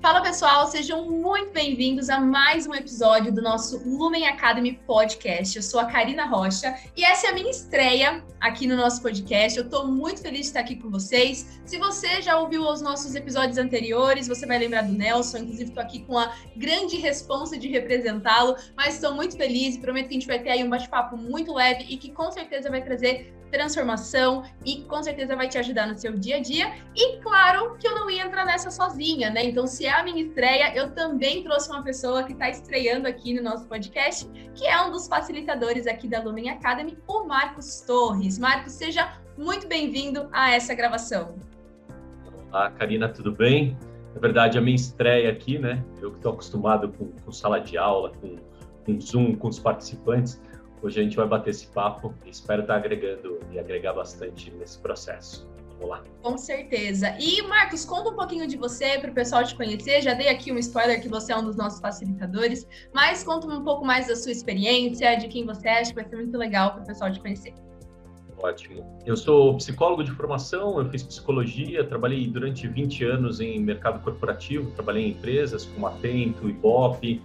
Fala pessoal, sejam muito bem-vindos a mais um episódio do nosso Lumen Academy Podcast. Eu sou a Karina Rocha e essa é a minha estreia aqui no nosso podcast. Eu estou muito feliz de estar aqui com vocês. Se você já ouviu os nossos episódios anteriores, você vai lembrar do Nelson. Inclusive, estou aqui com a grande responsa de representá-lo, mas estou muito feliz e prometo que a gente vai ter aí um bate-papo muito leve e que com certeza vai trazer transformação e com certeza vai te ajudar no seu dia a dia. E claro que eu não ia entrar nessa sozinha, né? Então, se é a minha estreia, eu também trouxe uma pessoa que está estreando aqui no nosso podcast, que é um dos facilitadores aqui da Lumen Academy, o Marcos Torres. Marcos, seja muito bem-vindo a essa gravação. Olá, Karina, tudo bem? Na verdade, a minha estreia aqui, né? Eu que estou acostumado com sala de aula, com Zoom, com os participantes. Hoje a gente vai bater esse papo e espero estar agregando e agregar bastante nesse processo. Vamos lá. Com certeza. E, Marcos, conta um pouquinho de você para o pessoal te conhecer. Já dei aqui um spoiler que você é um dos nossos facilitadores, mas conta um pouco mais da sua experiência, de quem você é. Acho que vai ser muito legal para o pessoal te conhecer. Ótimo. Eu sou psicólogo de formação, eu fiz psicologia, trabalhei durante 20 anos em mercado corporativo, trabalhei em empresas como Atento, Ibope,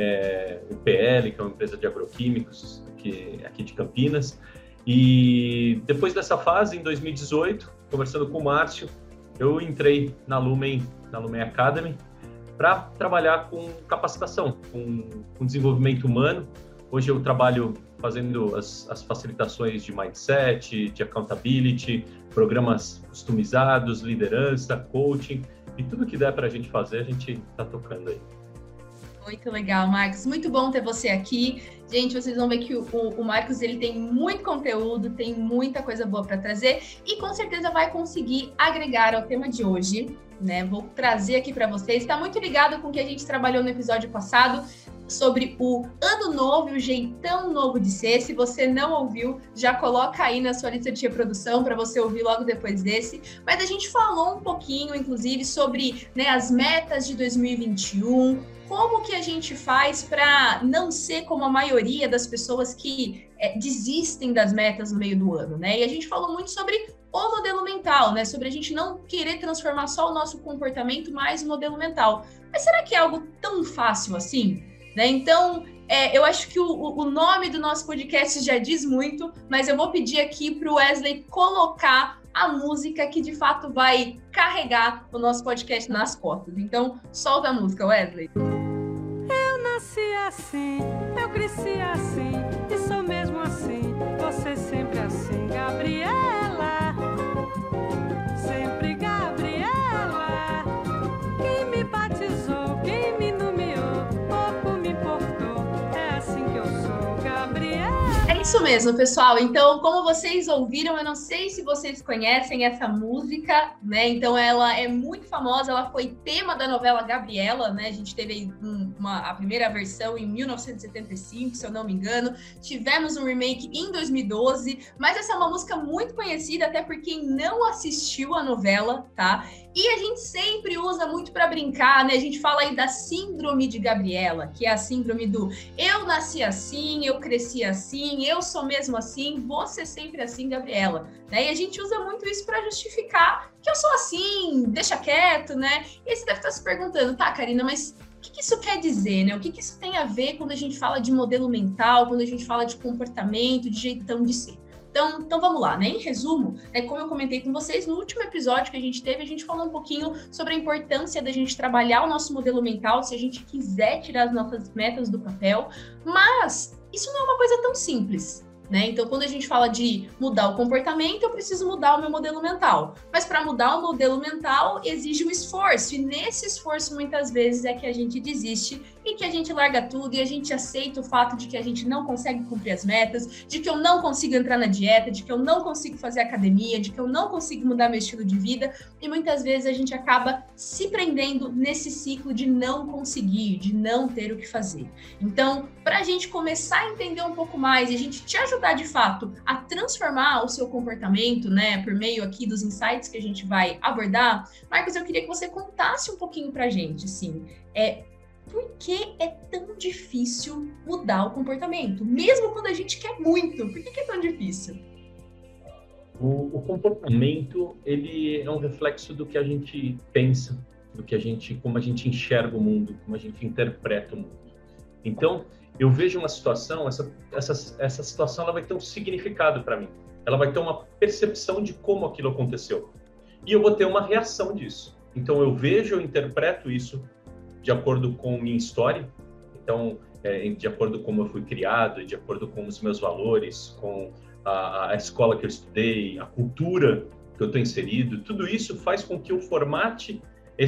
UPL, que é uma empresa de agroquímicos aqui de Campinas. E depois dessa fase, em 2018, conversando com o Márcio, eu entrei na Lumen Academy para trabalhar com capacitação, com desenvolvimento humano. Hoje eu trabalho fazendo as facilitações de mindset, de accountability, programas customizados, liderança, coaching, e tudo que der para a gente fazer, a gente está tocando aí. Muito legal, Marcos. Muito bom ter você aqui. Gente, vocês vão ver que o Marcos ele tem muito conteúdo, tem muita coisa boa para trazer e com certeza vai conseguir agregar ao tema de hoje, né? Vou trazer aqui para vocês. Está muito ligado com o que a gente trabalhou no episódio passado sobre o ano novo e o jeitão novo de ser. Se você não ouviu, já coloca aí na sua lista de reprodução para você ouvir logo depois desse. Mas a gente falou um pouquinho, inclusive, sobre, né, as metas de 2021, como que a gente faz para não ser como a maioria das pessoas que desistem das metas no meio do ano, né? E a gente falou muito sobre o modelo mental, né? Sobre a gente não querer transformar só o nosso comportamento, mas o modelo mental. Mas será que é algo tão fácil assim? Né? Então, eu acho que o nome do nosso podcast já diz muito, mas eu vou pedir aqui para o Wesley colocar a música que de fato vai carregar o nosso podcast nas costas. Então, solta a música, Wesley. Eu nasci assim, eu cresci assim, e sou mesmo assim, você sempre assim, Gabriela, sempre Gabriela, quem me batizou, quem me nomeou, pouco me importou, é assim que eu sou, Gabriela. É isso mesmo, pessoal. Então, como vocês ouviram, eu não sei se vocês conhecem essa música, né? Então, ela é muito famosa, ela foi tema da novela Gabriela, né? A gente teve aí a primeira versão em 1975, se eu não me engano. Tivemos um remake em 2012, mas essa é uma música muito conhecida, até por quem não assistiu a novela, tá? E a gente sempre usa muito para brincar, né? A gente fala aí da síndrome de Gabriela, que é a síndrome do eu nasci assim, eu cresci assim, eu sou mesmo assim, você sempre assim, Gabriela. Né? E a gente usa muito isso para justificar que eu sou assim, deixa quieto, né? E aí você deve estar se perguntando, tá, Karina, mas o que isso quer dizer, né? O que isso tem a ver quando a gente fala de modelo mental, quando a gente fala de comportamento, de jeitão de ser? Então vamos lá, né? Em resumo, como eu comentei com vocês, no último episódio que a gente falou um pouquinho sobre a importância da gente trabalhar o nosso modelo mental, se a gente quiser tirar as nossas metas do papel, mas isso não é uma coisa tão simples, né? Então, quando a gente fala de mudar o comportamento, eu preciso mudar o meu modelo mental. Mas para mudar o modelo mental, exige um esforço. E nesse esforço, muitas vezes, é que a gente desiste e que a gente larga tudo e a gente aceita o fato de que a gente não consegue cumprir as metas, de que eu não consigo entrar na dieta, de que eu não consigo fazer academia, de que eu não consigo mudar meu estilo de vida. E muitas vezes a gente acaba se prendendo nesse ciclo de não conseguir, de não ter o que fazer. Então, para a gente começar a entender um pouco mais e a gente te ajudar de fato a transformar o seu comportamento, né, por meio aqui dos insights que a gente vai abordar, Marcos, eu queria que você contasse um pouquinho pra gente, assim, por que é tão difícil mudar o comportamento? Mesmo quando a gente quer muito, por que é tão difícil? O comportamento, ele é um reflexo do que a gente pensa como a gente enxerga o mundo, como a gente interpreta o mundo. Então, eu vejo uma situação, essa situação ela vai ter um significado para mim. Ela vai ter uma percepção de como aquilo aconteceu. E eu vou ter uma reação disso. Então, eu vejo, eu interpreto isso de acordo com minha história. Então, de acordo com como eu fui criado, de acordo com os meus valores, com a escola que eu estudei, a cultura que eu estou inserido, tudo isso faz com que eu formate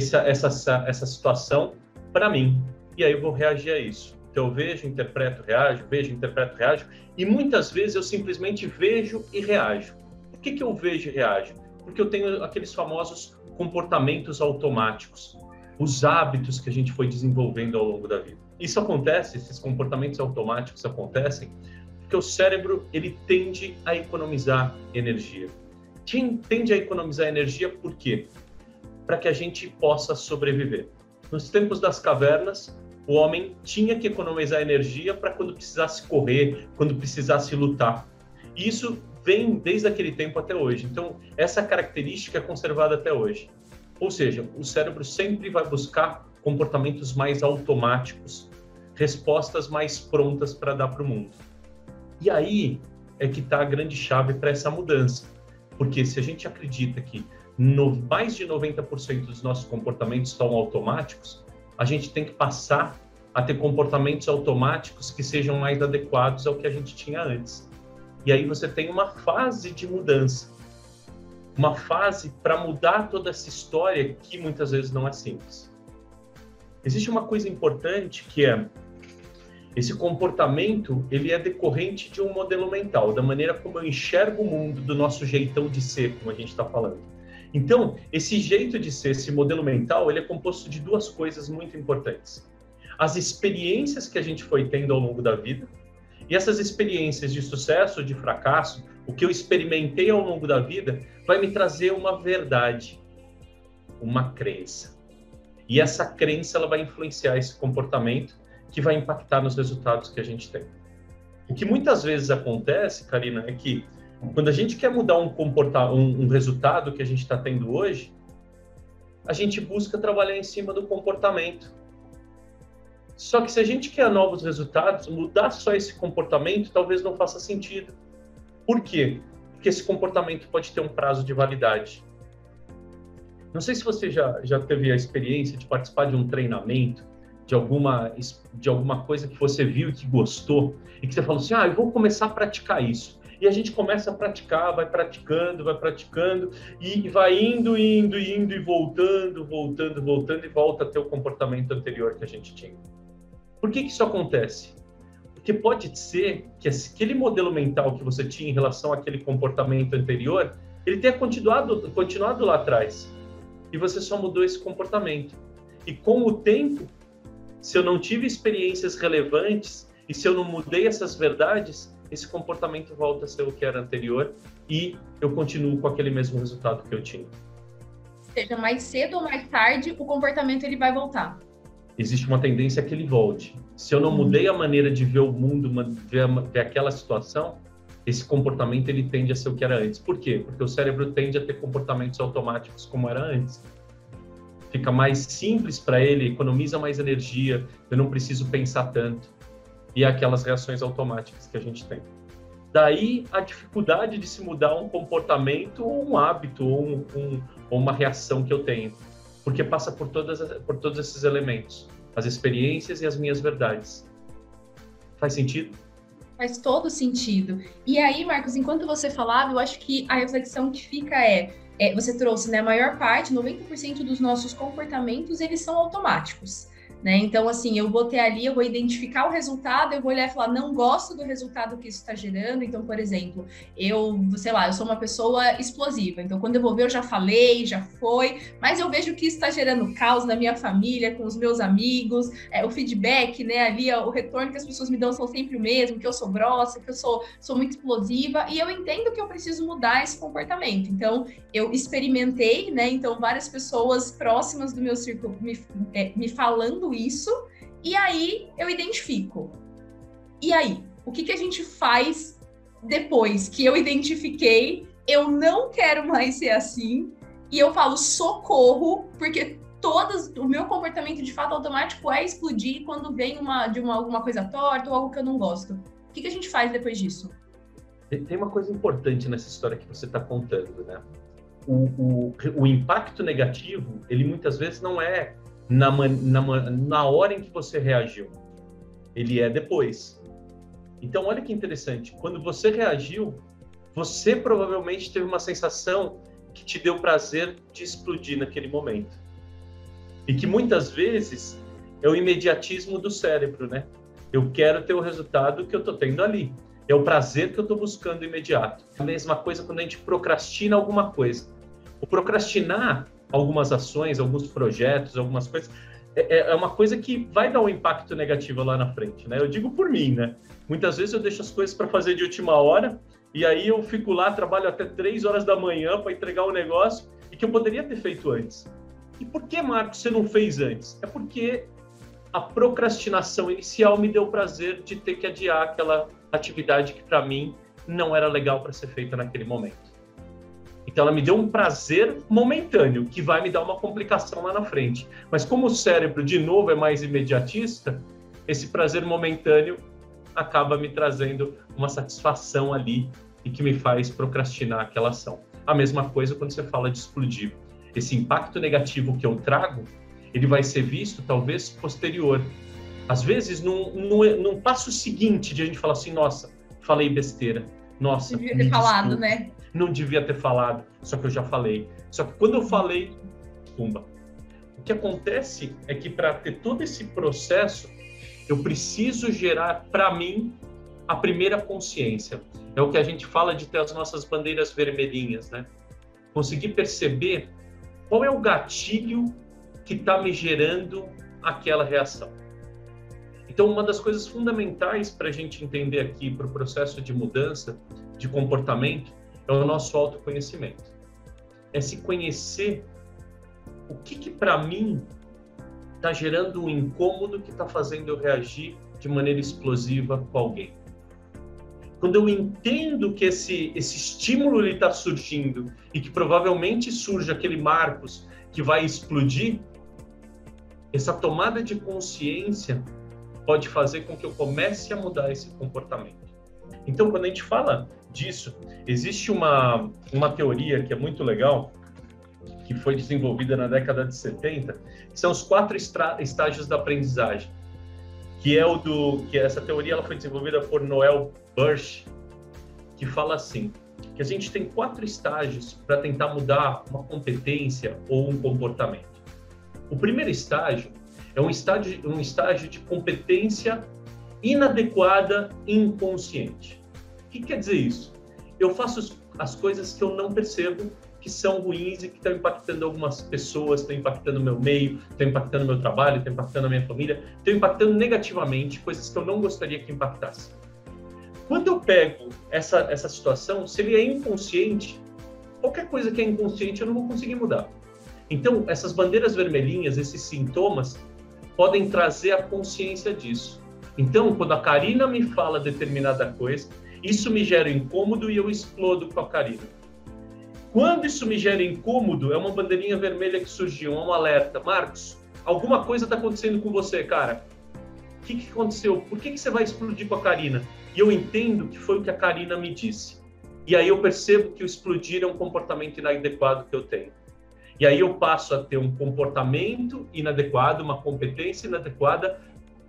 essa situação para mim. E aí eu vou reagir a isso. Então, eu vejo, interpreto, reajo, vejo, interpreto, reajo. E muitas vezes eu simplesmente vejo e reajo. Por que eu vejo e reajo? Porque eu tenho aqueles famosos comportamentos automáticos, os hábitos que a gente foi desenvolvendo ao longo da vida. Isso acontece, esses comportamentos automáticos acontecem porque o cérebro ele tende a economizar energia. Tende a economizar energia por quê? Para que a gente possa sobreviver. Nos tempos das cavernas, o homem tinha que economizar energia para quando precisasse correr, quando precisasse lutar. E isso vem desde aquele tempo até hoje. Então, essa característica é conservada até hoje. Ou seja, o cérebro sempre vai buscar comportamentos mais automáticos, respostas mais prontas para dar para o mundo. E aí é que está a grande chave para essa mudança. Porque se a gente acredita que mais de 90% dos nossos comportamentos são automáticos, a gente tem que passar a ter comportamentos automáticos que sejam mais adequados ao que a gente tinha antes. E aí você tem uma fase de mudança, uma fase para mudar toda essa história que muitas vezes não é simples. Existe uma coisa importante que é esse comportamento, ele é decorrente de um modelo mental, da maneira como eu enxergo o mundo, do nosso jeitão de ser, como a gente está falando. Então, esse jeito de ser, esse modelo mental, ele é composto de duas coisas muito importantes. As experiências que a gente foi tendo ao longo da vida, e essas experiências de sucesso ou de fracasso, o que eu experimentei ao longo da vida, vai me trazer uma verdade, uma crença. E essa crença ela vai influenciar esse comportamento que vai impactar nos resultados que a gente tem. O que muitas vezes acontece, Karina, é que quando a gente quer mudar um resultado que a gente está tendo hoje, a gente busca trabalhar em cima do comportamento. Só que se a gente quer novos resultados, mudar só esse comportamento talvez não faça sentido. Por quê? Porque esse comportamento pode ter um prazo de validade. Não sei se você já teve a experiência de participar de um treinamento, de alguma coisa que você viu e que gostou, e que você falou assim, eu vou começar a praticar isso. E a gente começa a praticar, vai praticando, e vai indo e voltando, e volta a ter o comportamento anterior que a gente tinha. Por que isso acontece? Porque pode ser que aquele modelo mental que você tinha em relação àquele comportamento anterior, ele tenha continuado lá atrás. E você só mudou esse comportamento. E com o tempo, se eu não tive experiências relevantes e se eu não mudei essas verdades, esse comportamento volta a ser o que era anterior e eu continuo com aquele mesmo resultado que eu tinha. Seja mais cedo ou mais tarde, o comportamento ele vai voltar. Existe uma tendência que ele volte. Se eu não mudei a maneira de ver o mundo, ver aquela situação, esse comportamento ele tende a ser o que era antes. Por quê? Porque o cérebro tende a ter comportamentos automáticos como era antes. Fica mais simples para ele, economiza mais energia, eu não preciso pensar tanto. E é aquelas reações automáticas que a gente tem. Daí a dificuldade de se mudar um comportamento ou um hábito ou uma reação que eu tenho. Porque passa por todos esses elementos. As experiências e as minhas verdades. Faz sentido? Faz todo sentido. E aí, Marcos, enquanto você falava, eu acho que a reflexão que fica você trouxe, né, a maior parte, 90% dos nossos comportamentos, eles são automáticos. Né? Então, assim, eu vou ter ali, eu vou identificar o resultado, eu vou olhar e falar, não gosto do resultado que isso está gerando. Então, por exemplo, eu sou uma pessoa explosiva. Então, quando eu vou ver, eu já falei, já foi, mas eu vejo que isso está gerando caos na minha família, com os meus amigos, o feedback, né, ali, o retorno que as pessoas me dão são sempre o mesmo, que eu sou grossa, que eu sou muito explosiva, e eu entendo que eu preciso mudar esse comportamento. Então, eu experimentei, né, então, várias pessoas próximas do meu círculo me falando isso, e aí eu identifico. E aí, o que a gente faz depois que eu identifiquei, eu não quero mais ser assim, e eu falo socorro, porque o meu comportamento de fato automático é explodir quando vem alguma coisa torta ou algo que eu não gosto. O que a gente faz depois disso? Tem uma coisa importante nessa história que você está contando, né? O impacto negativo, ele muitas vezes não é na hora em que você reagiu. Ele é depois. Então, olha que interessante. Quando você reagiu, você provavelmente teve uma sensação que te deu prazer de explodir naquele momento. E que muitas vezes é o imediatismo do cérebro, né? Eu quero ter o resultado que eu estou tendo ali. É o prazer que eu estou buscando imediato. A mesma coisa quando a gente procrastina alguma coisa. O procrastinar algumas ações, alguns projetos, algumas coisas, é uma coisa que vai dar um impacto negativo lá na frente, né? Eu digo por mim, né? Muitas vezes eu deixo as coisas para fazer de última hora e aí eu fico lá, trabalho até 3 horas da manhã para entregar o negócio e que eu poderia ter feito antes. E por que, Marcos, você não fez antes? É porque a procrastinação inicial me deu o prazer de ter que adiar aquela atividade que para mim não era legal para ser feita naquele momento. Então ela me deu um prazer momentâneo, que vai me dar uma complicação lá na frente. Mas como o cérebro, de novo, é mais imediatista, esse prazer momentâneo acaba me trazendo uma satisfação ali e que me faz procrastinar aquela ação. A mesma coisa quando você fala de explodir. Esse impacto negativo que eu trago, ele vai ser visto talvez posterior. Às vezes, num passo seguinte de a gente falar assim, nossa, falei besteira. Nossa, devia ter falado, desculpa. né? Não devia ter falado, só que eu já falei. Só que quando eu falei, pumba. O que acontece é que para ter todo esse processo, eu preciso gerar para mim a primeira consciência. É o que a gente fala de ter as nossas bandeiras vermelhinhas, né? Conseguir perceber qual é o gatilho que está me gerando aquela reação. Então, uma das coisas fundamentais para a gente entender aqui para o processo de mudança de comportamento é o nosso autoconhecimento. É se conhecer o que para mim está gerando um incômodo que está fazendo eu reagir de maneira explosiva com alguém. Quando eu entendo que esse estímulo está surgindo e que provavelmente surge aquele Marcos que vai explodir, essa tomada de consciência pode fazer com que eu comece a mudar esse comportamento. Então, quando a gente fala disso, existe uma teoria que é muito legal, que foi desenvolvida na década de 70, que são os 4 estágios da aprendizagem, que essa teoria ela foi desenvolvida por Noel Bursch, que fala assim, que a gente tem 4 estágios para tentar mudar uma competência ou um comportamento. O primeiro estágio é um estágio de competência inadequada inconsciente. O que quer dizer isso? Eu faço as coisas que eu não percebo que são ruins e que estão impactando algumas pessoas, estão impactando o meu meio, estão impactando o meu trabalho, estão impactando a minha família, estão impactando negativamente coisas que eu não gostaria que impactassem. Quando eu pego essa situação, se ele é inconsciente, qualquer coisa que é inconsciente eu não vou conseguir mudar. Então, essas bandeiras vermelhinhas, esses sintomas, podem trazer a consciência disso. Então, quando a Karina me fala determinada coisa, isso me gera incômodo e eu explodo com a Karina. Quando isso me gera incômodo, é uma bandeirinha vermelha que surgiu, um alerta. Marcos, alguma coisa está acontecendo com você, cara. O que aconteceu? Por que você vai explodir com a Karina? E eu entendo que foi o que a Karina me disse. E aí eu percebo que o explodir é um comportamento inadequado que eu tenho. E aí eu passo a ter um comportamento inadequado, uma competência inadequada,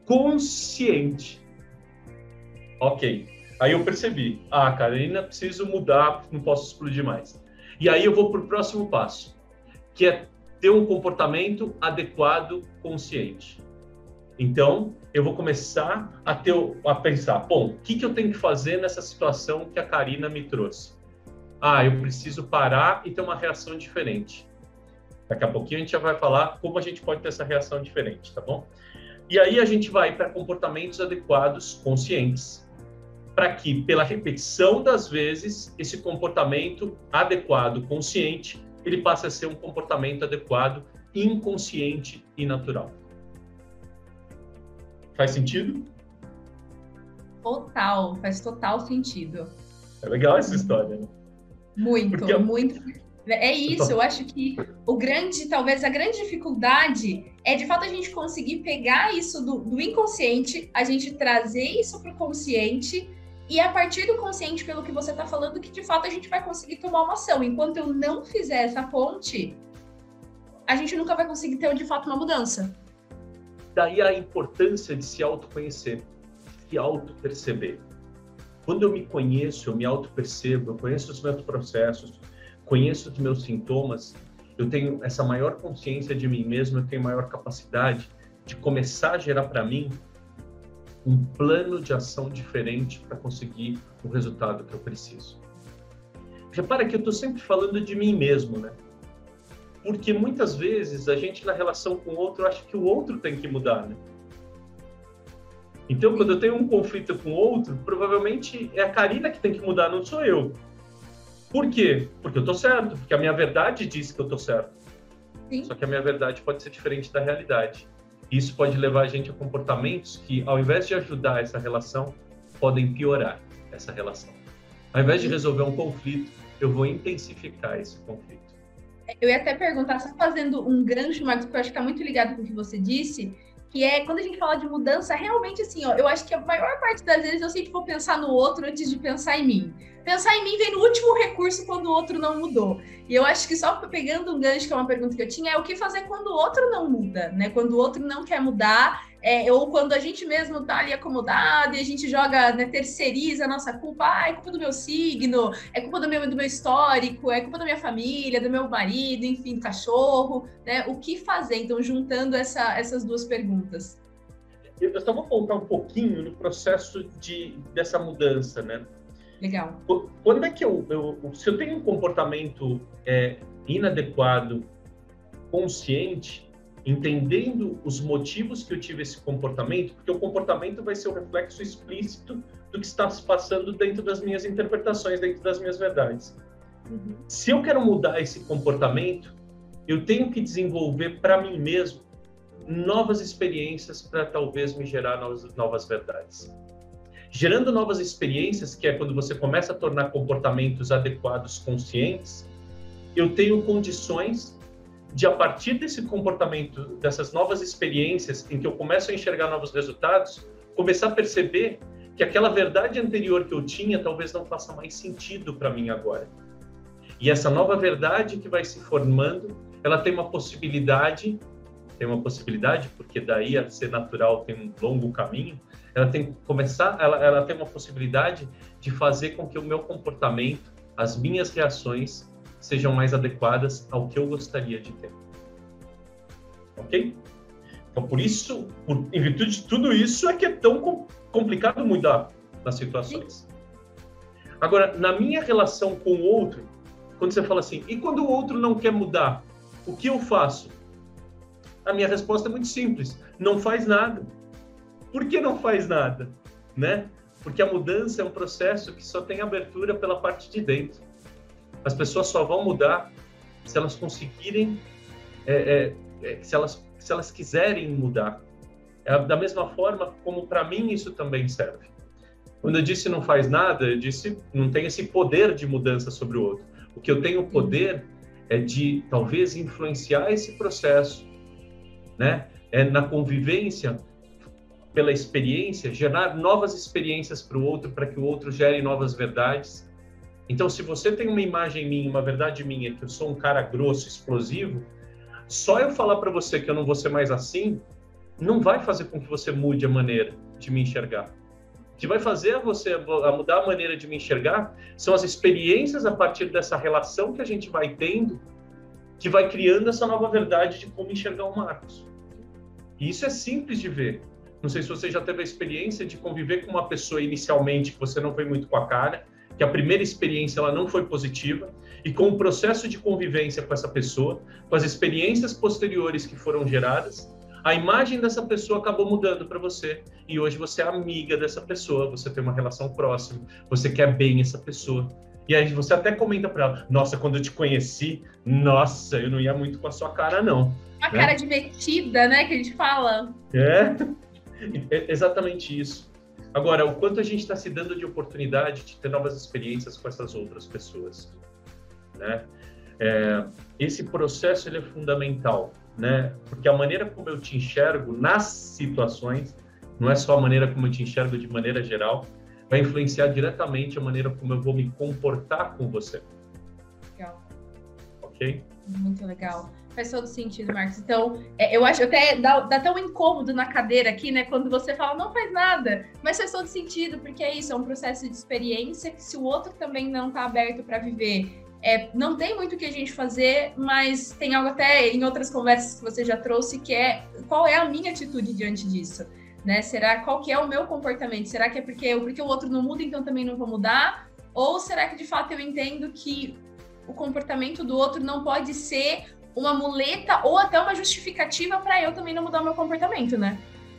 consciente. Ok. Aí eu percebi, Karina, preciso mudar, não posso explodir mais. E aí eu vou para o próximo passo, que é ter um comportamento adequado, consciente. Então, eu vou começar a pensar, bom, o que eu tenho que fazer nessa situação que a Karina me trouxe? Eu preciso parar e ter uma reação diferente. Daqui a pouquinho a gente já vai falar como a gente pode ter essa reação diferente, tá bom? E aí a gente vai para comportamentos adequados, conscientes, para que, pela repetição das vezes, esse comportamento adequado, consciente, ele passe a ser um comportamento adequado, inconsciente e natural. Faz sentido? Faz total sentido. É legal essa história, né? Muito. É isso, eu acho que talvez a grande dificuldade é, de fato, a gente conseguir pegar isso do inconsciente, a gente trazer isso para o consciente, e a partir do consciente, pelo que você está falando, que de fato a gente vai conseguir tomar uma ação. Enquanto eu não fizer essa ponte, a gente nunca vai conseguir ter, de fato, uma mudança. Daí a importância de se autoconhecer, se auto-perceber. Quando eu me conheço, eu me auto-percebo, eu conheço os meus processos, conheço os meus sintomas, eu tenho essa maior consciência de mim mesmo, eu tenho maior capacidade de começar a gerar para mim um plano de ação diferente para conseguir o resultado que eu preciso. Repara que eu estou sempre falando de mim mesmo, né? Porque muitas vezes a gente, na relação com o outro, acha que o outro tem que mudar, né? Então, quando eu tenho um conflito com o outro, provavelmente é a Karina que tem que mudar, não sou eu. Por quê? Porque eu estou certo, porque a minha verdade diz que eu estou certo. Sim. Só que a minha verdade pode ser diferente da realidade. Isso pode levar a gente a comportamentos que, ao invés de ajudar essa relação, podem piorar essa relação. Ao invés de resolver um conflito, eu vou intensificar esse conflito. Eu ia até perguntar, só fazendo um gancho, Marcos, porque eu acho que está muito ligado com o que você disse, que é, quando a gente fala de mudança, realmente, assim, ó, eu acho que a maior parte das vezes eu sempre vou pensar no outro antes de pensar em mim. Pensar em mim vem no último recurso quando o outro não mudou. E eu acho que, só pegando um gancho, que é uma pergunta que eu tinha, é o que fazer quando o outro não muda, né? Quando o outro não quer mudar, ou quando a gente mesmo tá ali acomodado e a gente joga, né, terceiriza a nossa culpa. É culpa do meu signo, é culpa do meu histórico, é culpa da minha família, do meu marido, enfim, do cachorro, né? O que fazer? Então, juntando essas duas perguntas. Eu só vou voltar um pouquinho no processo dessa mudança, né? Legal. Quando é que se eu tenho um comportamento inadequado, consciente, entendendo os motivos que eu tive esse comportamento, porque o comportamento vai ser o reflexo explícito do que está se passando dentro das minhas interpretações, dentro das minhas verdades. Uhum. Se eu quero mudar esse comportamento, eu tenho que desenvolver para mim mesmo novas experiências para talvez me gerar novas verdades. Gerando novas experiências, que é quando você começa a tornar comportamentos adequados conscientes, eu tenho condições de, a partir desse comportamento, dessas novas experiências, em que eu começo a enxergar novos resultados, começar a perceber que aquela verdade anterior que eu tinha talvez não faça mais sentido para mim agora. E essa nova verdade que vai se formando, ela tem uma possibilidade, porque daí a ser natural tem um longo caminho, ela tem uma possibilidade de fazer com que o meu comportamento, as minhas reações, sejam mais adequadas ao que eu gostaria de ter. Ok? Então, por isso, em virtude de tudo isso, é que é tão complicado mudar nas situações. Agora, na minha relação com o outro, quando você fala assim, e quando o outro não quer mudar, o que eu faço? A minha resposta é muito simples, não faz nada. Por que não faz nada? Né? Porque a mudança é um processo que só tem abertura pela parte de dentro. As pessoas só vão mudar se elas conseguirem, se elas quiserem mudar. Da mesma forma como para mim isso também serve. Quando eu disse não faz nada, eu disse não tem esse poder de mudança sobre o outro. O que eu tenho poder é de talvez influenciar esse processo, né? Na convivência, pela experiência, gerar novas experiências para o outro, para que o outro gere novas verdades. Então, se você tem uma imagem minha, uma verdade minha, que eu sou um cara grosso, explosivo, só eu falar para você que eu não vou ser mais assim, não vai fazer com que você mude a maneira de me enxergar. O que vai fazer você a mudar a maneira de me enxergar são as experiências a partir dessa relação que a gente vai tendo, que vai criando essa nova verdade de como enxergar o Marcos. E isso é simples de ver. Não sei se você já teve a experiência de conviver com uma pessoa inicialmente que você não foi muito com a cara, que a primeira experiência ela não foi positiva, e com o processo de convivência com essa pessoa, com as experiências posteriores que foram geradas, a imagem dessa pessoa acabou mudando para você, e hoje você é amiga dessa pessoa, você tem uma relação próxima, você quer bem essa pessoa. E aí você até comenta para ela, nossa, quando eu te conheci, nossa, eu não ia muito com a sua cara, não. Uma cara de metida, né, que a gente fala. É exatamente isso. Agora, o quanto a gente está se dando de oportunidade de ter novas experiências com essas outras pessoas, né? Esse processo ele é fundamental, né? Porque a maneira como eu te enxergo nas situações, não é só a maneira como eu te enxergo de maneira geral, vai influenciar diretamente a maneira como eu vou me comportar com você. Legal. Ok? Muito legal. Faz todo sentido, Marcos. Então, eu acho até dá até um incômodo na cadeira aqui, né? Quando você fala, não faz nada, mas faz todo sentido, porque é isso, é um processo de experiência que se o outro também não está aberto para viver, não tem muito o que a gente fazer, mas tem algo até em outras conversas que você já trouxe, que é qual é a minha atitude diante disso, né? Qual que é o meu comportamento? Será que é porque o outro não muda, então também não vou mudar? Ou será que de fato eu entendo que o comportamento do outro não pode ser uma muleta ou até uma justificativa para eu também não mudar o meu comportamento, né?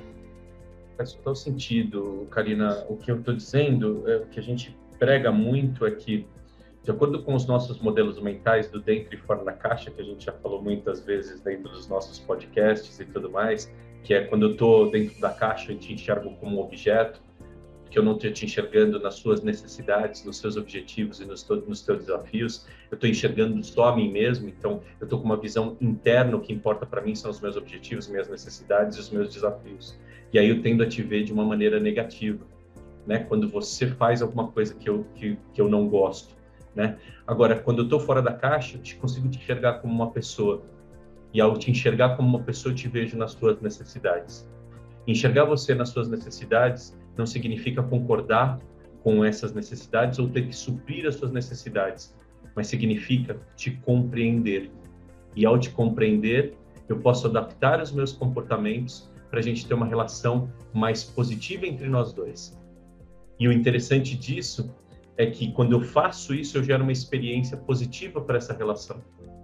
Faz total sentido, Karina. O que eu estou dizendo, o que a gente prega muito é que, de acordo com os nossos modelos mentais do dentro e fora da caixa, que a gente já falou muitas vezes dentro dos nossos podcasts e tudo mais, que é quando eu estou dentro da caixa e te enxergo como um objeto, que eu não estou te enxergando nas suas necessidades, nos seus objetivos e nos teus desafios, eu estou enxergando só a mim mesmo, então eu estou com uma visão interna, o que importa para mim são os meus objetivos, minhas necessidades e os meus desafios. E aí eu tendo a te ver de uma maneira negativa, né? Quando você faz alguma coisa que eu não gosto, né? Agora, quando eu estou fora da caixa, eu consigo te enxergar como uma pessoa. E ao te enxergar como uma pessoa, eu te vejo nas suas necessidades. Enxergar você nas suas necessidades não significa concordar com essas necessidades ou ter que suprir as suas necessidades, mas significa te compreender. E ao te compreender, eu posso adaptar os meus comportamentos para a gente ter uma relação mais positiva entre nós dois. E o interessante disso é que quando eu faço isso, eu gero uma experiência positiva para essa relação.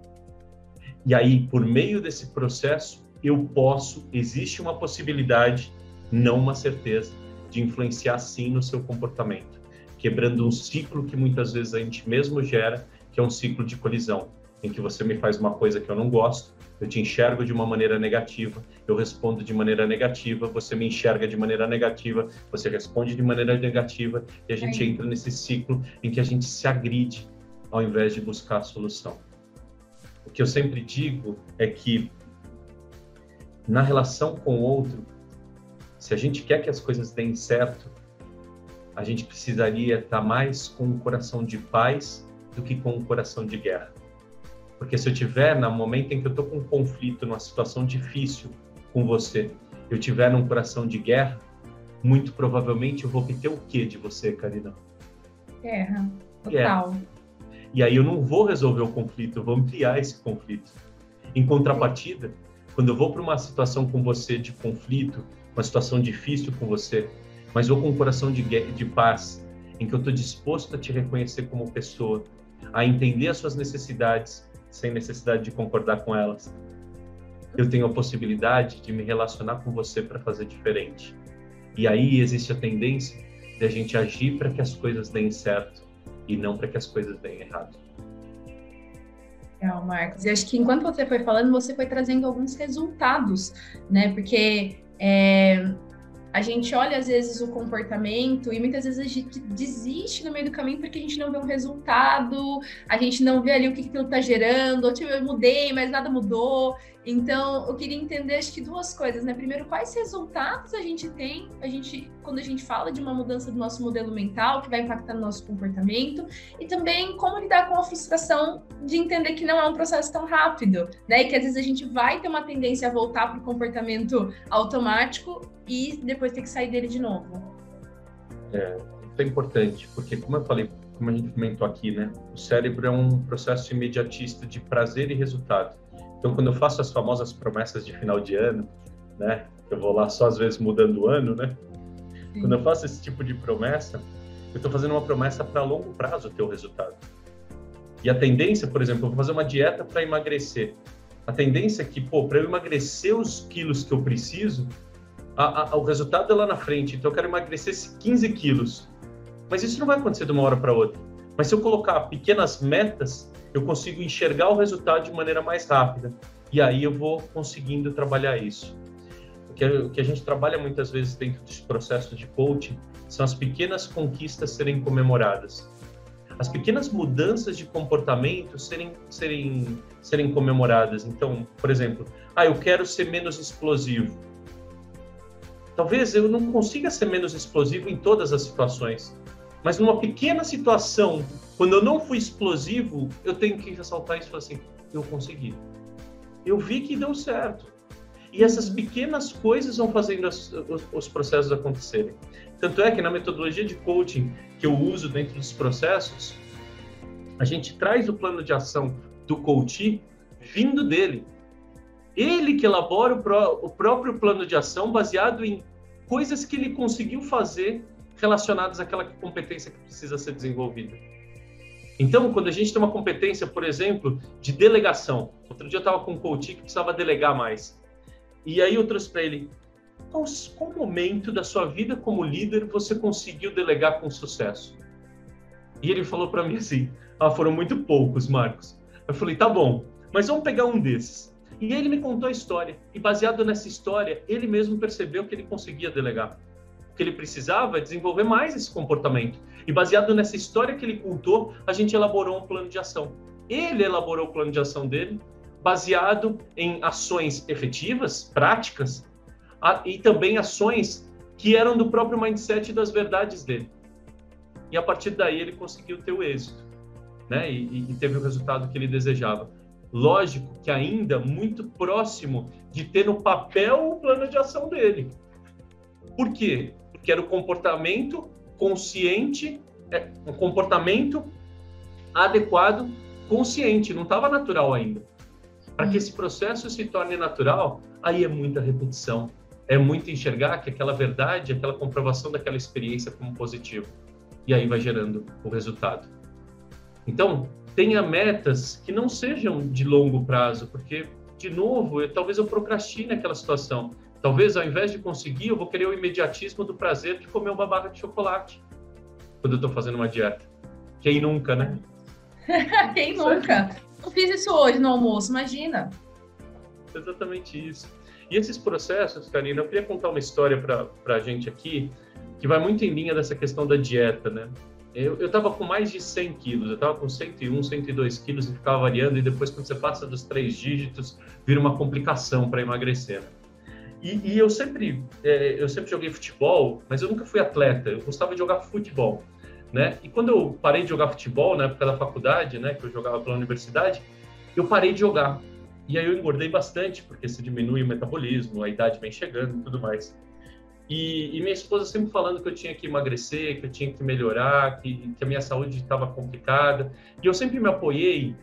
E aí, por meio desse processo, existe uma possibilidade, não uma certeza, de influenciar sim no seu comportamento, quebrando um ciclo que muitas vezes a gente mesmo gera, que é um ciclo de colisão, em que você me faz uma coisa que eu não gosto, eu te enxergo de uma maneira negativa, eu respondo de maneira negativa, você me enxerga de maneira negativa, você responde de maneira negativa, e a gente entra nesse ciclo em que a gente se agride, ao invés de buscar a solução. O que eu sempre digo é que, na relação com o outro, se a gente quer que as coisas deem certo, a gente precisaria estar mais com um coração de paz do que com um coração de guerra. Porque se eu tiver, no momento em que eu estou com um conflito, numa situação difícil com você, eu tiver num coração de guerra, muito provavelmente eu vou obter o quê de você, Karina? Guerra, total. Guerra. E aí eu não vou resolver o conflito, eu vou ampliar esse conflito. Em contrapartida, quando eu vou para uma situação com você de conflito, uma situação difícil com você, mas vou com um coração de paz, em que eu estou disposto a te reconhecer como pessoa, a entender as suas necessidades, sem necessidade de concordar com elas. Eu tenho a possibilidade de me relacionar com você para fazer diferente. E aí existe a tendência de a gente agir para que as coisas deem certo e não para que as coisas deem errado. Legal, Marcos. E acho que enquanto você foi falando, você foi trazendo alguns resultados, né? Porque a gente olha às vezes o comportamento e muitas vezes a gente desiste no meio do caminho porque a gente não vê um resultado, a gente não vê ali o que aquilo está gerando, ou tipo, eu mudei, mas nada mudou. Então, eu queria entender, acho que duas coisas, né? Primeiro, quais resultados a gente tem quando a gente fala de uma mudança do nosso modelo mental, que vai impactar no nosso comportamento, e também como lidar com a frustração de entender que não é um processo tão rápido, né? E que às vezes a gente vai ter uma tendência a voltar para o comportamento automático e depois ter que sair dele de novo. Isso é importante, porque como eu falei, como a gente comentou aqui, né? O cérebro é um processo imediatista de prazer e resultado. Então, quando eu faço as famosas promessas de final de ano, né? Eu vou lá só às vezes mudando o ano, né? Sim. Quando eu faço esse tipo de promessa, eu estou fazendo uma promessa para longo prazo ter o resultado. E a tendência, por exemplo, eu vou fazer uma dieta para emagrecer. A tendência é que, para eu emagrecer os quilos que eu preciso, o resultado é lá na frente. Então, eu quero emagrecer 15 quilos. Mas isso não vai acontecer de uma hora para outra. Mas se eu colocar pequenas metas, eu consigo enxergar o resultado de maneira mais rápida. E aí eu vou conseguindo trabalhar isso. O que a gente trabalha muitas vezes dentro dos processos de coaching são as pequenas conquistas serem comemoradas. as pequenas mudanças de comportamento serem comemoradas. Então, por exemplo, eu quero ser menos explosivo. Talvez eu não consiga ser menos explosivo em todas as situações, mas numa pequena situação, quando eu não fui explosivo, eu tenho que ressaltar isso e falar assim, eu consegui. Eu vi que deu certo. E essas pequenas coisas vão fazendo os processos acontecerem. Tanto é que na metodologia de coaching que eu uso dentro dos processos, a gente traz o plano de ação do coach vindo dele. Ele que elabora o próprio plano de ação baseado em coisas que ele conseguiu fazer relacionadas àquela competência que precisa ser desenvolvida. Então, quando a gente tem uma competência, por exemplo, de delegação, outro dia eu estava com um coach que precisava delegar mais. E aí eu trouxe para ele, qual momento da sua vida como líder você conseguiu delegar com sucesso? E ele falou para mim assim, foram muito poucos, Marcos. Eu falei, tá bom, mas vamos pegar um desses. E aí ele me contou a história, e baseado nessa história, ele mesmo percebeu que ele conseguia delegar. O que ele precisava é desenvolver mais esse comportamento. E baseado nessa história que ele contou, a gente elaborou um plano de ação. Ele elaborou o plano de ação dele, baseado em ações efetivas, práticas, e também ações que eram do próprio mindset e das verdades dele. E a partir daí ele conseguiu ter o êxito, né? E teve o resultado que ele desejava. Lógico que ainda muito próximo de ter no papel o plano de ação dele. Por quê? Porque era o comportamento consciente, um comportamento adequado, consciente, não estava natural ainda. Para que esse processo se torne natural, aí é muita repetição, é muito enxergar que aquela verdade, aquela comprovação daquela experiência como positiva. E aí vai gerando o resultado. Então, tenha metas que não sejam de longo prazo, porque, de novo, talvez eu procrastine aquela situação. Talvez, ao invés de conseguir, eu vou querer o imediatismo do prazer de comer uma barra de chocolate quando eu estou fazendo uma dieta. Quem nunca, né? Quem nunca? Eu fiz isso hoje no almoço, imagina. Exatamente isso. E esses processos, Karina, eu queria contar uma história para a gente aqui, que vai muito em linha dessa questão da dieta, né? Eu estava com mais de 100 quilos, eu estava com 101, 102 quilos e ficava variando, e depois, quando você passa dos 3 dígitos, vira uma complicação para emagrecer. E eu sempre joguei futebol, mas eu nunca fui atleta, eu gostava de jogar futebol, né? E quando eu parei de jogar futebol, na época da faculdade, né, que eu jogava pela universidade, eu parei de jogar. E aí eu engordei bastante, porque se diminui o metabolismo, a idade vem chegando e tudo mais. E minha esposa sempre falando que eu tinha que emagrecer, que eu tinha que melhorar, que a minha saúde estava complicada. E eu sempre me apoiei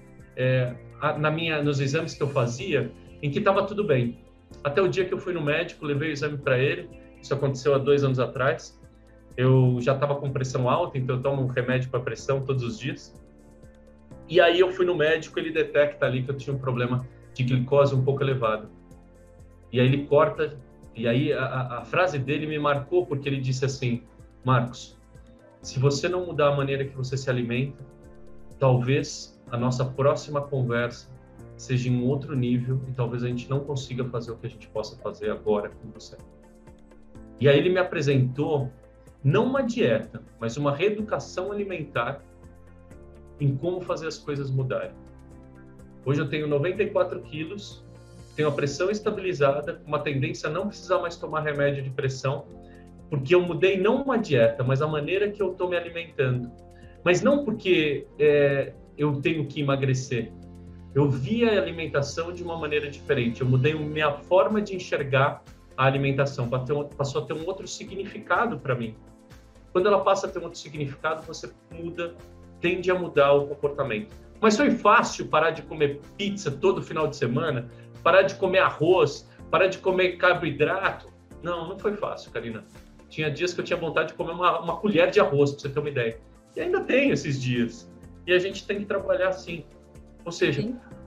nos exames que eu fazia, em que estava tudo bem. Até o dia que eu fui no médico, levei o exame para ele, isso aconteceu há 2 anos atrás. Eu já estava com pressão alta, então eu tomo um remédio para pressão todos os dias. E aí eu fui no médico, ele detecta ali que eu tinha um problema de glicose um pouco elevado. E aí ele corta, e aí a frase dele me marcou, porque ele disse assim, Marcos, se você não mudar a maneira que você se alimenta, talvez a nossa próxima conversa seja em um outro nível e talvez a gente não consiga fazer o que a gente possa fazer agora com você. E aí ele me apresentou não uma dieta, mas uma reeducação alimentar em como fazer as coisas mudarem. Hoje eu tenho 94 quilos, tenho a pressão estabilizada, uma tendência a não precisar mais tomar remédio de pressão, porque eu mudei não uma dieta, mas a maneira que eu estou me alimentando. Mas não porque eu tenho que emagrecer. Eu vi a alimentação de uma maneira diferente. Eu mudei a minha forma de enxergar a alimentação. Passou a ter um outro significado para mim. Quando ela passa a ter um outro significado, você tende a mudar o comportamento. Mas foi fácil parar de comer pizza todo final de semana? Parar de comer arroz? Parar de comer carboidrato? Não foi fácil, Karina. Tinha dias que eu tinha vontade de comer uma colher de arroz, para você ter uma ideia. E ainda tenho esses dias. E a gente tem que trabalhar assim. Ou seja,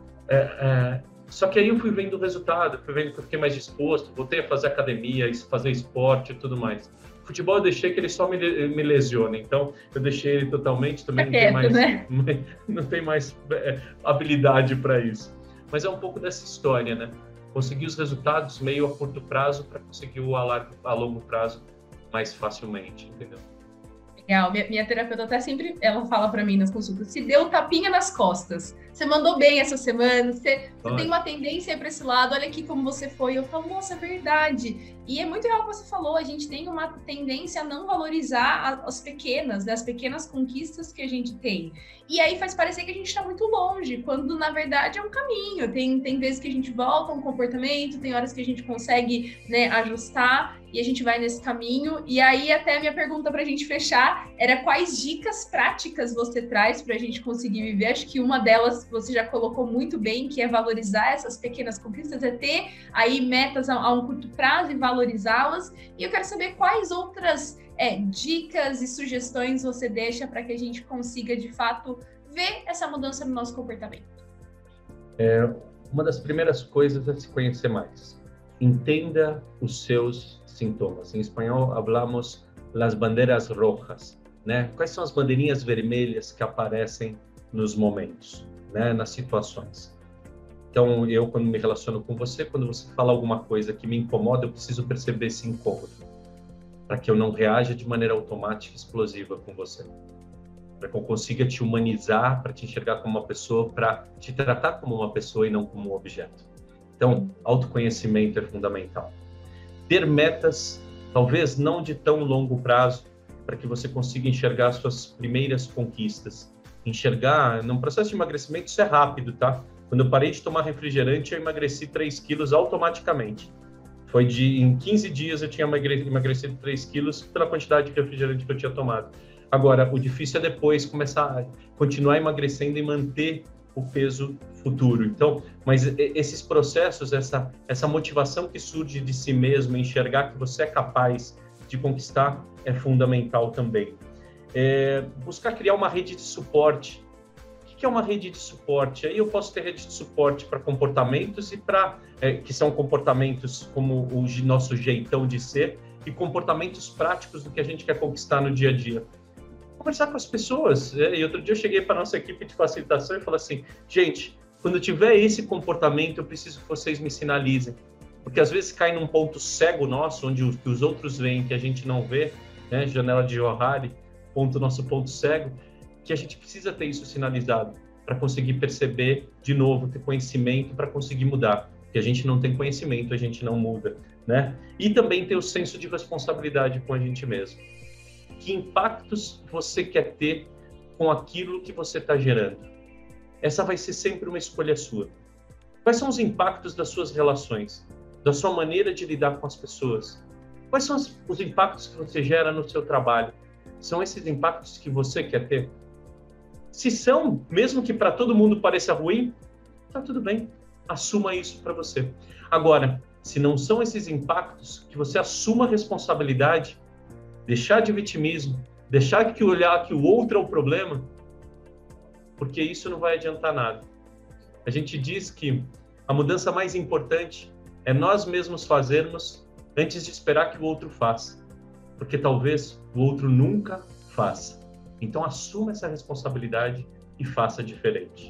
só que aí eu fui vendo o resultado, fui vendo que eu fiquei mais disposto, voltei a fazer academia, fazer esporte e tudo mais. O futebol eu deixei que ele só me lesiona, então eu deixei ele totalmente, também não tem mais habilidade para isso. Mas é um pouco dessa história, né? Conseguir os resultados meio a curto prazo para conseguir o a longo prazo mais facilmente, entendeu? Legal. Minha terapeuta até sempre, ela fala para mim nas consultas, se deu tapinha nas costas, você mandou bem essa semana, você tem uma tendência para esse lado, olha aqui como você foi. Eu falo, nossa, é verdade. E é muito real o que você falou, a gente tem uma tendência a não valorizar as pequenas, né, as pequenas conquistas que a gente tem. E aí faz parecer que a gente está muito longe, quando na verdade é um caminho. Tem vezes que a gente volta a um comportamento, tem horas que a gente consegue, né, ajustar, e a gente vai nesse caminho. E aí até a minha pergunta para a gente fechar era quais dicas práticas você traz para a gente conseguir viver. Acho que uma delas você já colocou muito bem, que é valorizar essas pequenas conquistas, é ter aí metas a um curto prazo e valorizá-las. E eu quero saber quais outras dicas e sugestões você deixa para que a gente consiga, de fato, ver essa mudança no nosso comportamento. Uma das primeiras coisas é se conhecer mais. Entenda os seus sintomas. Em espanhol, falamos las bandeiras rojas, né? Quais são as bandeirinhas vermelhas que aparecem nos momentos, né? Nas situações. Então, eu, quando me relaciono com você, quando você fala alguma coisa que me incomoda, eu preciso perceber esse incômodo, para que eu não reaja de maneira automática e explosiva com você. Para que eu consiga te humanizar, para te enxergar como uma pessoa, para te tratar como uma pessoa e não como um objeto. Então, autoconhecimento é fundamental. Ter metas, talvez não de tão longo prazo, para que você consiga enxergar as suas primeiras conquistas. Enxergar, num processo de emagrecimento, isso é rápido, tá? Quando eu parei de tomar refrigerante, eu emagreci 3 quilos automaticamente. Em 15 dias eu tinha emagrecido 3 quilos pela quantidade de refrigerante que eu tinha tomado. Agora, o difícil é depois começar a continuar emagrecendo e manter o peso futuro. Então, mas esses processos, essa motivação que surge de si mesmo, enxergar que você é capaz de conquistar, é fundamental também. Buscar criar uma rede de suporte. O que é uma rede de suporte? Aí eu posso ter rede de suporte para comportamentos e que são comportamentos como o nosso jeitão de ser e comportamentos práticos do que a gente quer conquistar no dia a dia. Conversar com as pessoas. E outro dia eu cheguei para a nossa equipe de facilitação e falei assim, gente, quando tiver esse comportamento, eu preciso que vocês me sinalizem. Porque às vezes cai num ponto cego nosso, onde os outros veem que a gente não vê, né? Janela de Johari, nosso ponto cego, que a gente precisa ter isso sinalizado para conseguir perceber de novo, ter conhecimento para conseguir mudar. Porque a gente não tem conhecimento, a gente não muda, né? E também ter o senso de responsabilidade com a gente mesmo. Que impactos você quer ter com aquilo que você está gerando? Essa vai ser sempre uma escolha sua. Quais são os impactos das suas relações? Da sua maneira de lidar com as pessoas? Quais são os impactos que você gera no seu trabalho? São esses impactos que você quer ter? Se são, mesmo que para todo mundo pareça ruim, tá tudo bem. Assuma isso para você. Agora, se não são esses impactos, que você assuma a responsabilidade, deixar de vitimismo, deixar que olhar que o outro é o problema, porque isso não vai adiantar nada. A gente diz que a mudança mais importante é nós mesmos fazermos antes de esperar que o outro faça, porque talvez o outro nunca faça. Então, assuma essa responsabilidade e faça diferente.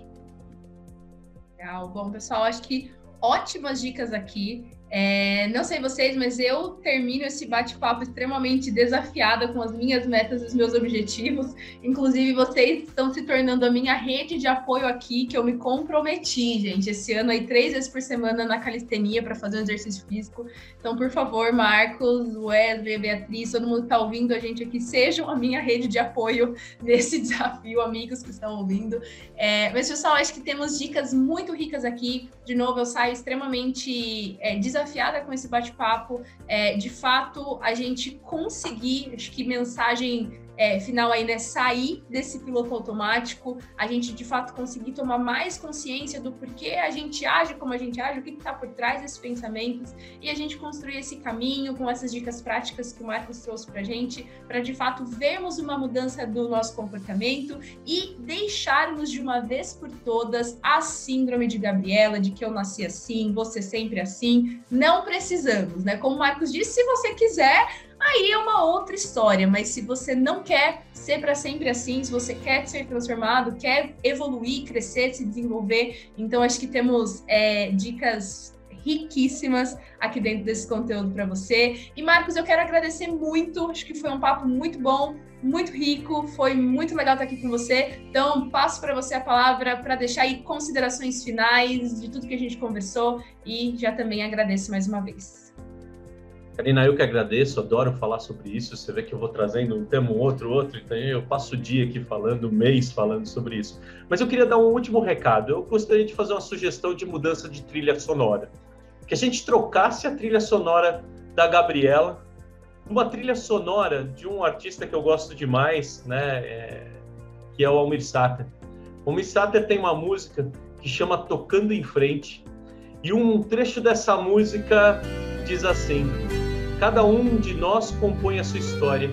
Legal. Bom, pessoal, acho que ótimas dicas aqui. Não sei vocês, mas eu termino esse bate-papo extremamente desafiada com as minhas metas e os meus objetivos. Inclusive, vocês estão se tornando a minha rede de apoio aqui, que eu me comprometi, gente, esse ano aí 3 vezes por semana na calistenia para fazer um exercício físico. Então, por favor, Marcos, Wesley, Beatriz, todo mundo que está ouvindo a gente aqui, sejam a minha rede de apoio nesse desafio, amigos que estão ouvindo. Mas, pessoal, acho que temos dicas muito ricas aqui. De novo, eu saio extremamente desafiada com esse bate-papo, de fato, a gente conseguir, acho que mensagem final aí, né, sair desse piloto automático, a gente de fato conseguir tomar mais consciência do porquê a gente age como a gente age, o que está por trás desses pensamentos, e a gente construir esse caminho com essas dicas práticas que o Marcos trouxe para a gente, para de fato vermos uma mudança do nosso comportamento e deixarmos de uma vez por todas a síndrome de Gabriela, de que eu nasci assim, você sempre assim. Não precisamos, né? Como o Marcos disse, se você quiser, aí é uma outra história, mas se você não quer ser para sempre assim, se você quer ser transformado, quer evoluir, crescer, se desenvolver, então acho que temos dicas riquíssimas aqui dentro desse conteúdo para você. E, Marcos, eu quero agradecer muito, acho que foi um papo muito bom, muito rico, foi muito legal estar aqui com você. Então, passo para você a palavra para deixar aí considerações finais de tudo que a gente conversou e já também agradeço mais uma vez. Karina, eu que agradeço, adoro falar sobre isso. Você vê que eu vou trazendo um tema, outro, então eu passo o dia aqui falando, um mês falando sobre isso. Mas eu queria dar um último recado. Eu gostaria de fazer uma sugestão de mudança de trilha sonora. Que a gente trocasse a trilha sonora da Gabriela, uma trilha sonora de um artista que eu gosto demais, né, que é o Almir Sater. O Almir Sater tem uma música que chama Tocando em Frente, e um trecho dessa música diz assim: cada um de nós compõe a sua história,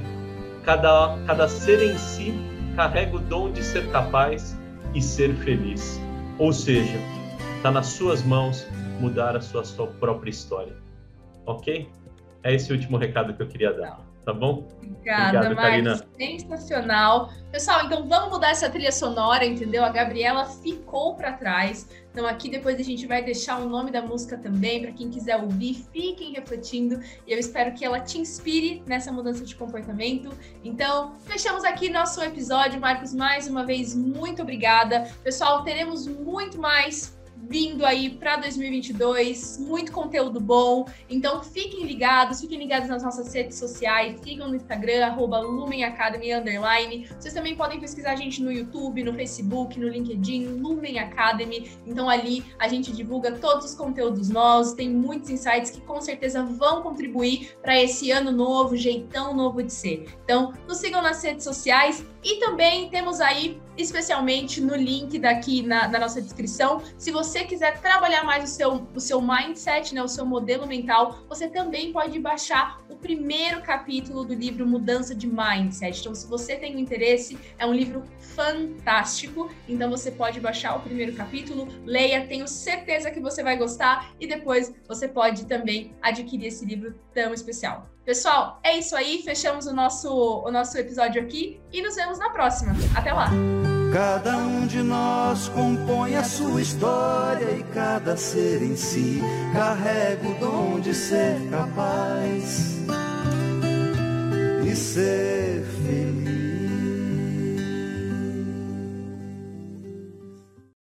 cada ser em si carrega o dom de ser capaz e ser feliz. Ou seja, está nas suas mãos mudar a sua própria história. Ok? É esse o último recado que eu queria dar, tá bom? Obrigado, Marcos. Sensacional. Pessoal, então vamos mudar essa trilha sonora, entendeu? A Gabriela ficou para trás. Então aqui depois a gente vai deixar o nome da música também, para quem quiser ouvir, fiquem refletindo. E eu espero que ela te inspire nessa mudança de comportamento. Então, fechamos aqui nosso episódio. Marcos, mais uma vez, muito obrigada. Pessoal, teremos muito mais vindo aí para 2022, muito conteúdo bom, então fiquem ligados nas nossas redes sociais, sigam no Instagram, @LumenAcademy_. Vocês também podem pesquisar a gente no YouTube, no Facebook, no LinkedIn, Lumen Academy, então ali a gente divulga todos os conteúdos novos, tem muitos insights que com certeza vão contribuir para esse ano novo, jeitão novo de ser. Então, nos sigam nas redes sociais e também temos aí, especialmente no link daqui na nossa descrição, se você quiser trabalhar mais o seu mindset, né, o seu modelo mental, você também pode baixar o primeiro capítulo do livro Mudança de Mindset. Então, se você tem um interesse, é um livro fantástico, então você pode baixar o primeiro capítulo, leia, tenho certeza que você vai gostar e depois você pode também adquirir esse livro tão especial. Pessoal, é isso aí, fechamos o nosso episódio aqui e nos vemos na próxima. Até lá! Cada um de nós compõe a sua história e cada ser em si carrega o dom de ser capaz e ser